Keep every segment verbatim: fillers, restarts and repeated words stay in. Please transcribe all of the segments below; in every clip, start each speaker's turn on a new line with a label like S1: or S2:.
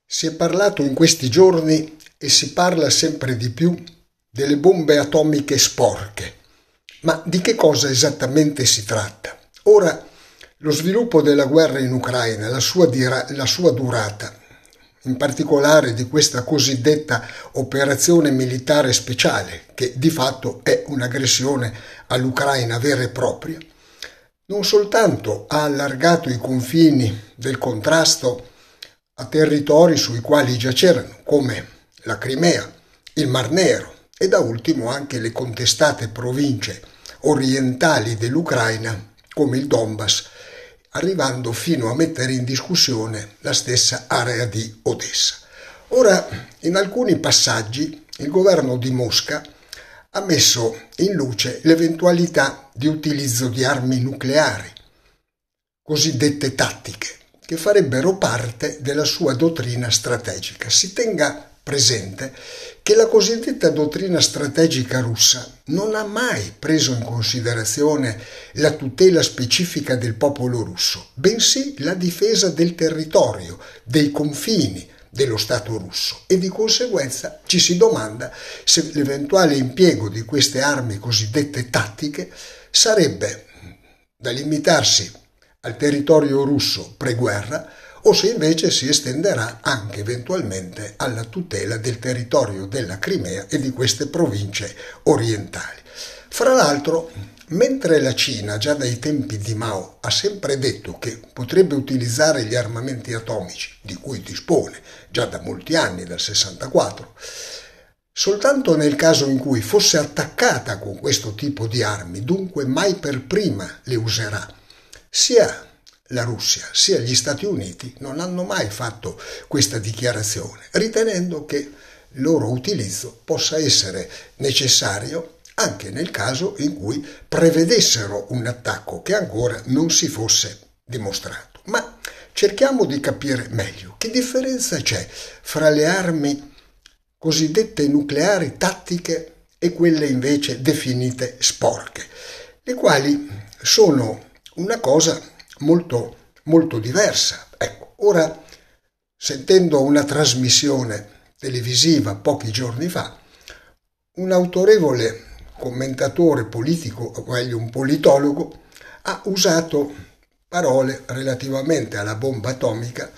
S1: Si è parlato in questi giorni e si parla sempre di più delle bombe atomiche sporche. Ma di che cosa esattamente si tratta? Ora, lo sviluppo della guerra in Ucraina, la sua, dira- la sua durata, in particolare di questa cosiddetta operazione militare speciale, che di fatto è un'aggressione all'Ucraina vera e propria, non soltanto ha allargato i confini del contrasto a territori sui quali già c'erano, come la Crimea, il Mar Nero e da ultimo anche le contestate province orientali dell'Ucraina, come il Donbass, arrivando fino a mettere in discussione la stessa area di Odessa. Ora, in alcuni passaggi, il governo di Mosca ha messo in luce l'eventualità di utilizzo di armi nucleari, cosiddette tattiche, che farebbero parte della sua dottrina strategica. Si tenga presente che la cosiddetta dottrina strategica russa non ha mai preso in considerazione la tutela specifica del popolo russo, bensì la difesa del territorio, dei confini dello Stato russo, e di conseguenza ci si domanda se l'eventuale impiego di queste armi cosiddette tattiche sarebbe da limitarsi al territorio russo preguerra o se invece si estenderà anche eventualmente alla tutela del territorio della Crimea e di queste province orientali. Fra l'altro, mentre la Cina già dai tempi di Mao ha sempre detto che potrebbe utilizzare gli armamenti atomici, di cui dispone già da molti anni, dal sessantaquattro, soltanto nel caso in cui fosse attaccata con questo tipo di armi, dunque mai per prima le userà, sia la Russia sia gli Stati Uniti non hanno mai fatto questa dichiarazione, ritenendo che il loro utilizzo possa essere necessario anche nel caso in cui prevedessero un attacco che ancora non si fosse dimostrato. Ma cerchiamo di capire meglio che differenza c'è fra le armi cosiddette nucleari tattiche e quelle invece definite sporche, le quali sono una cosa molto, molto diversa. Ecco, ora, sentendo una trasmissione televisiva pochi giorni fa, un autorevole commentatore politico, o meglio un politologo, ha usato parole relativamente alla bomba atomica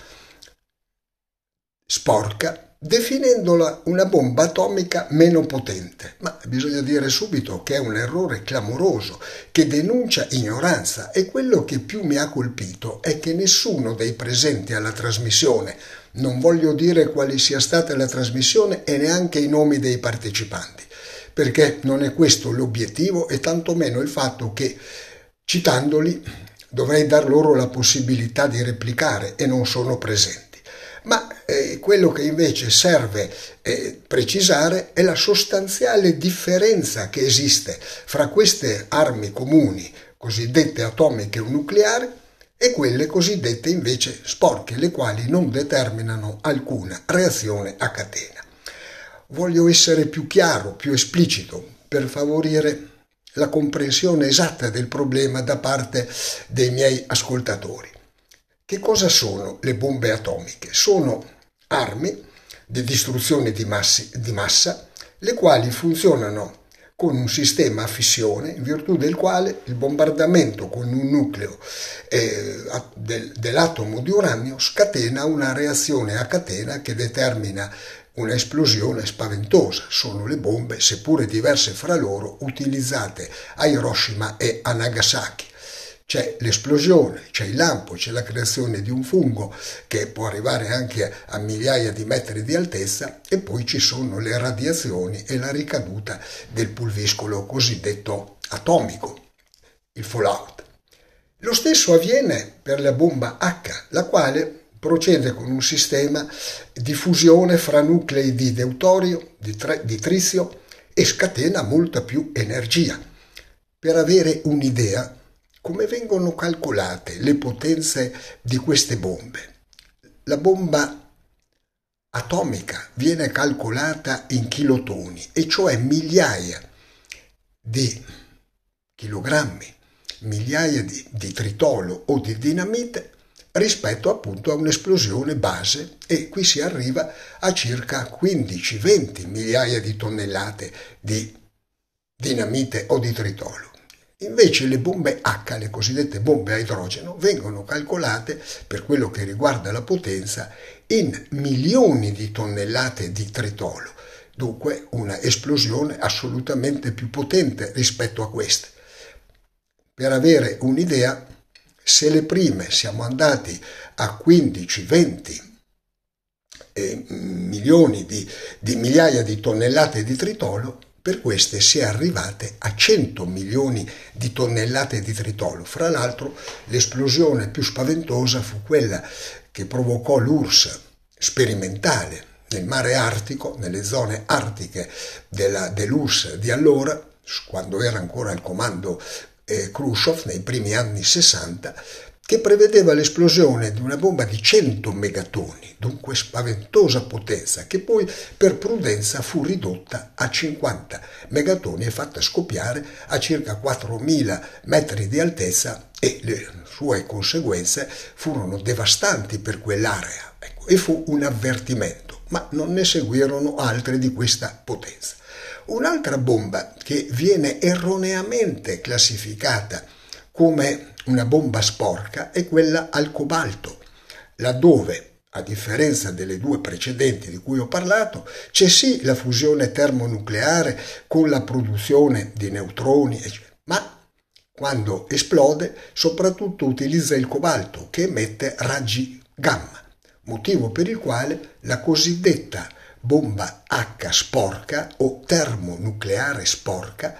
S1: sporca, definendola una bomba atomica meno potente. Ma bisogna dire subito che è un errore clamoroso, che denuncia ignoranza, e quello che più mi ha colpito è che nessuno dei presenti alla trasmissione, non voglio dire quale sia stata la trasmissione e neanche i nomi dei partecipanti, perché non è questo l'obiettivo e tantomeno il fatto che, citandoli, dovrei dar loro la possibilità di replicare e non sono presenti. Ma eh, quello che invece serve eh, precisare è la sostanziale differenza che esiste fra queste armi comuni, cosiddette atomiche o nucleari, e quelle cosiddette invece sporche, le quali non determinano alcuna reazione a catena. Voglio essere più chiaro, più esplicito, per favorire la comprensione esatta del problema da parte dei miei ascoltatori. Che cosa sono le bombe atomiche? Sono armi di distruzione di, massi, di massa, le quali funzionano con un sistema a fissione, in virtù del quale il bombardamento con un nucleo eh, del, dell'atomo di uranio scatena una reazione a catena che determina un'esplosione spaventosa. Sono le bombe, seppure diverse fra loro, utilizzate a Hiroshima e a Nagasaki. C'è l'esplosione, c'è il lampo, c'è la creazione di un fungo che può arrivare anche a migliaia di metri di altezza, e poi ci sono le radiazioni e la ricaduta del pulviscolo cosiddetto atomico, il fallout. Lo stesso avviene per la bomba H, la quale procede con un sistema di fusione fra nuclei di deuterio, di, di trizio, e scatena molta più energia. Per avere un'idea, come vengono calcolate le potenze di queste bombe? La bomba atomica viene calcolata in kilotoni, e cioè migliaia di chilogrammi, migliaia di, di tritolo o di dinamite rispetto appunto a un'esplosione base, e qui si arriva a circa quindici venti migliaia di tonnellate di dinamite o di tritolo. Invece le bombe H, le cosiddette bombe a idrogeno, vengono calcolate, per quello che riguarda la potenza, in milioni di tonnellate di tritolo, dunque una esplosione assolutamente più potente rispetto a queste. Per avere un'idea, se le prime siamo andati a quindici venti eh, milioni di, di migliaia di tonnellate di tritolo, per queste si è arrivate a cento milioni di tonnellate di tritolo. Fra l'altro l'esplosione più spaventosa fu quella che provocò l'U R S S sperimentale nel mare Artico, nelle zone artiche della, dell'U R S S di allora, quando era ancora al comando eh, Khrushchev nei primi anni sessanta, che prevedeva l'esplosione di una bomba di cento megatoni, dunque spaventosa potenza, che poi per prudenza fu ridotta a cinquanta megatoni e fatta scoppiare a circa quattromila metri di altezza, e le sue conseguenze furono devastanti per quell'area. Ecco, e fu un avvertimento, ma non ne seguirono altre di questa potenza. Un'altra bomba che viene erroneamente classificata come una bomba sporca è quella al cobalto, laddove, a differenza delle due precedenti di cui ho parlato, c'è sì la fusione termonucleare con la produzione di neutroni, ma quando esplode soprattutto utilizza il cobalto, che emette raggi gamma, motivo per il quale la cosiddetta bomba H sporca o termonucleare sporca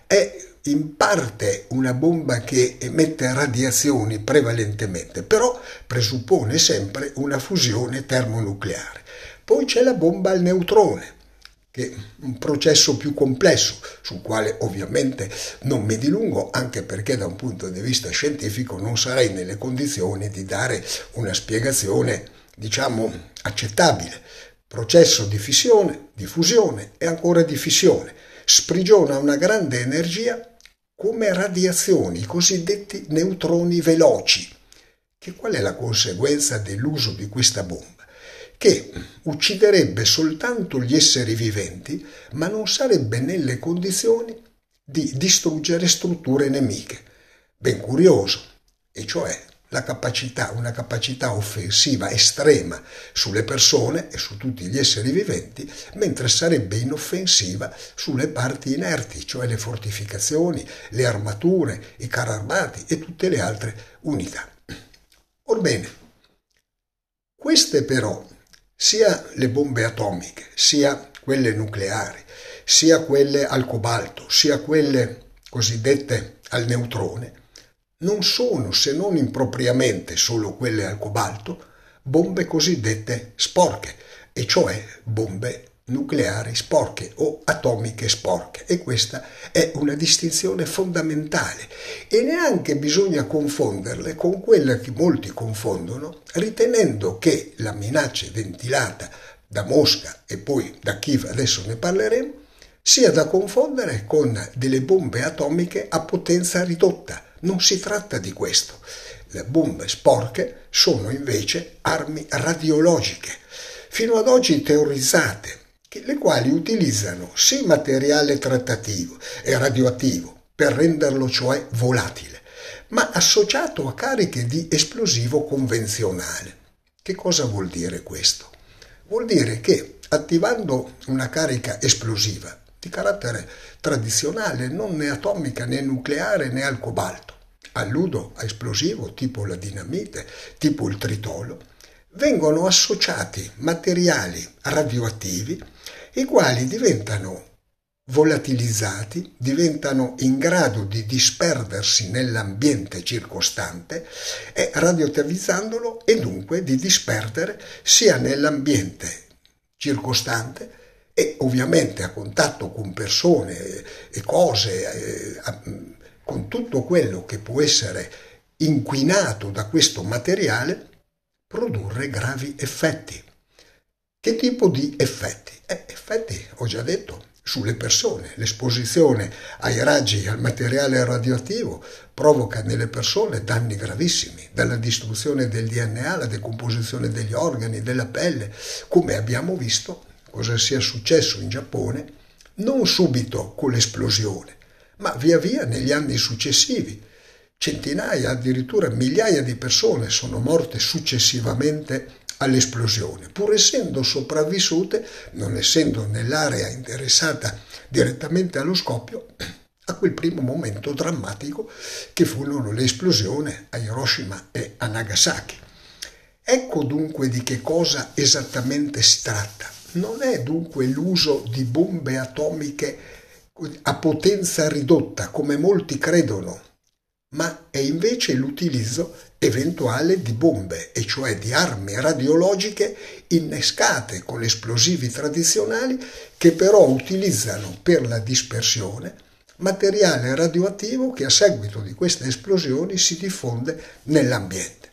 S1: è in parte una bomba che emette radiazioni prevalentemente, però presuppone sempre una fusione termonucleare. Poi c'è la bomba al neutrone, che è un processo più complesso, sul quale ovviamente non mi dilungo, anche perché da un punto di vista scientifico non sarei nelle condizioni di dare una spiegazione, diciamo, accettabile. Processo di fissione, di fusione e ancora di fissione. Sprigiona una grande energia come radiazioni, i cosiddetti neutroni veloci. Che qual è la conseguenza dell'uso di questa bomba? Che ucciderebbe soltanto gli esseri viventi, ma non sarebbe nelle condizioni di distruggere strutture nemiche. Ben curioso, e cioè la capacità, una capacità offensiva estrema sulle persone e su tutti gli esseri viventi, mentre sarebbe inoffensiva sulle parti inerti, cioè le fortificazioni, le armature, i carri armati e tutte le altre unità. Orbene, queste però, sia le bombe atomiche, sia quelle nucleari, sia quelle al cobalto, sia quelle cosiddette al neutrone, non sono, se non impropriamente solo quelle al cobalto, bombe cosiddette sporche, e cioè bombe nucleari sporche o atomiche sporche, e questa è una distinzione fondamentale, e neanche bisogna confonderle con quella che molti confondono, ritenendo che la minaccia ventilata da Mosca e poi da Kiev, adesso ne parleremo, sia da confondere con delle bombe atomiche a potenza ridotta. Non si tratta di questo. Le bombe sporche sono invece armi radiologiche, fino ad oggi teorizzate, le quali utilizzano sì materiale trattativo e radioattivo per renderlo cioè volatile, ma associato a cariche di esplosivo convenzionale. Che cosa vuol dire questo? Vuol dire che attivando una carica esplosiva di carattere tradizionale, non né atomica né nucleare né al cobalto, alludo a esplosivo tipo la dinamite, tipo il tritolo, vengono associati materiali radioattivi, i quali diventano volatilizzati, diventano in grado di disperdersi nell'ambiente circostante e radioattivizzandolo e dunque di disperdere sia nell'ambiente circostante e ovviamente a contatto con persone e cose, con tutto quello che può essere inquinato da questo materiale, produrre gravi effetti. Che tipo di effetti? Eh, effetti, ho già detto, sulle persone. L'esposizione ai raggi e al materiale radioattivo provoca nelle persone danni gravissimi, dalla distruzione del D N A alla decomposizione degli organi, della pelle, come abbiamo visto cosa sia successo in Giappone, non subito con l'esplosione, ma via via negli anni successivi. Centinaia, addirittura migliaia di persone sono morte successivamente all'esplosione, pur essendo sopravvissute, non essendo nell'area interessata direttamente allo scoppio, a quel primo momento drammatico che furono le esplosioni a Hiroshima e a Nagasaki. Ecco dunque di che cosa esattamente si tratta. Non è dunque l'uso di bombe atomiche a potenza ridotta, come molti credono, ma è invece l'utilizzo eventuale di bombe, e cioè di armi radiologiche innescate con esplosivi tradizionali che però utilizzano per la dispersione materiale radioattivo che a seguito di queste esplosioni si diffonde nell'ambiente.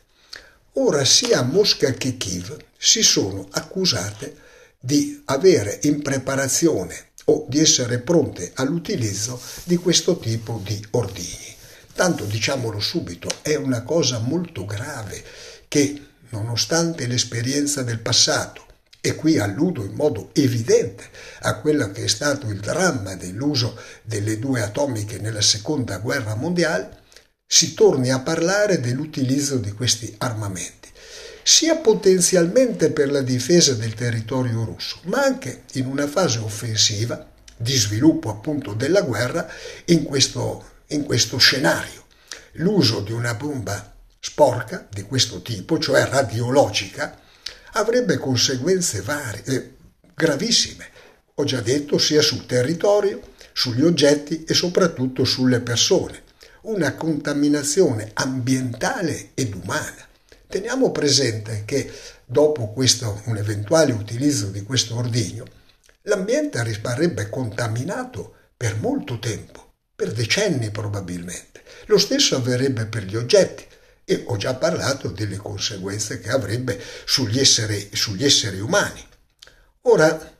S1: Ora sia Mosca che Kiev si sono accusate di avere in preparazione o di essere pronte all'utilizzo di questo tipo di ordigni. Tanto, diciamolo subito, è una cosa molto grave che, nonostante l'esperienza del passato, e qui alludo in modo evidente a quello che è stato il dramma dell'uso delle due atomiche nella seconda guerra mondiale, si torni a parlare dell'utilizzo di questi armamenti, sia potenzialmente per la difesa del territorio russo, ma anche in una fase offensiva di sviluppo appunto della guerra in questo in questo scenario. L'uso di una bomba sporca di questo tipo, cioè radiologica, avrebbe conseguenze varie, eh, gravissime, ho già detto, sia sul territorio, sugli oggetti e soprattutto sulle persone. Una contaminazione ambientale ed umana. Teniamo presente che dopo questo, un eventuale utilizzo di questo ordigno, l'ambiente rimarrebbe contaminato per molto tempo, per decenni probabilmente. Lo stesso avverrebbe per gli oggetti e ho già parlato delle conseguenze che avrebbe sugli esseri, sugli esseri umani. Ora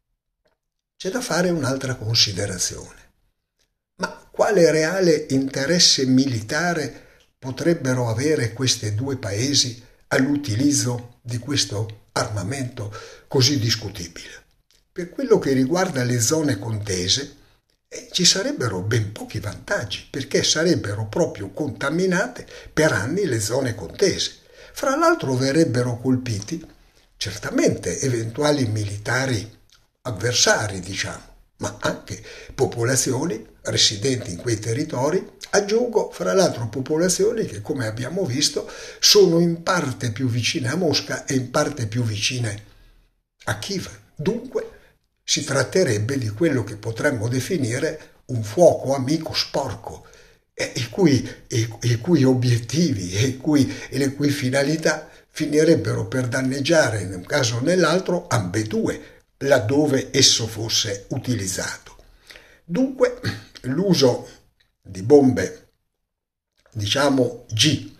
S1: c'è da fare un'altra considerazione. Ma quale reale interesse militare potrebbero avere questi due paesi all'utilizzo di questo armamento così discutibile? Per quello che riguarda le zone contese, E ci sarebbero ben pochi vantaggi, perché sarebbero proprio contaminate per anni le zone contese. Fra l'altro verrebbero colpiti certamente eventuali militari avversari, diciamo, ma anche popolazioni residenti in quei territori. Aggiungo, fra l'altro, popolazioni che, come abbiamo visto, sono in parte più vicine a Mosca e in parte più vicine a Kiev. Dunque, si tratterebbe di quello che potremmo definire un fuoco amico sporco, eh, i, cui, i, i cui obiettivi e, i cui, e le cui finalità finirebbero per danneggiare in un caso o nell'altro ambedue, laddove esso fosse utilizzato. Dunque l'uso di bombe, diciamo G,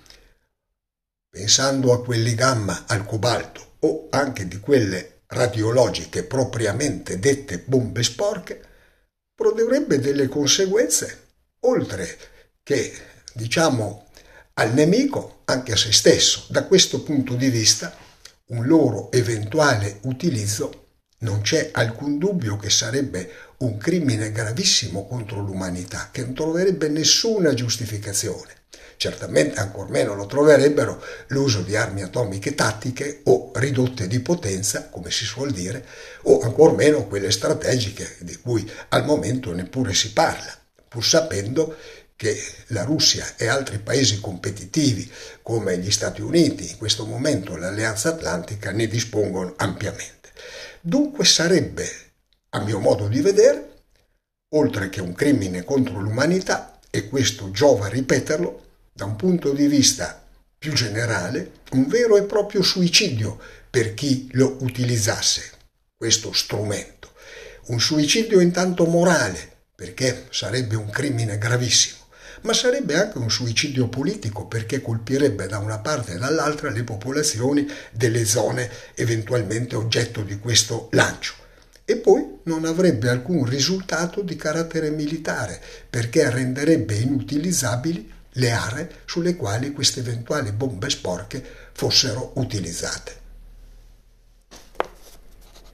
S1: pensando a quelli gamma al cobalto o anche di quelle radiologiche propriamente dette bombe sporche, produrrebbe delle conseguenze, oltre che, diciamo, al nemico, anche a se stesso. Da questo punto di vista, un loro eventuale utilizzo non c'è alcun dubbio che sarebbe un crimine gravissimo contro l'umanità, che non troverebbe nessuna giustificazione. Certamente ancor meno lo troverebbero l'uso di armi atomiche tattiche o ridotte di potenza, come si suol dire, o ancor meno quelle strategiche di cui al momento neppure si parla, pur sapendo che la Russia e altri paesi competitivi come gli Stati Uniti, in questo momento l'Alleanza Atlantica, ne dispongono ampiamente. Dunque sarebbe, a mio modo di vedere, oltre che un crimine contro l'umanità, e questo giova ripeterlo, da un punto di vista più generale, un vero e proprio suicidio per chi lo utilizzasse, questo strumento. Un suicidio intanto morale, perché sarebbe un crimine gravissimo, ma sarebbe anche un suicidio politico, perché colpirebbe da una parte e dall'altra le popolazioni delle zone eventualmente oggetto di questo lancio. e poi non avrebbe alcun risultato di carattere militare, perché renderebbe inutilizzabili le aree sulle quali queste eventuali bombe sporche fossero utilizzate.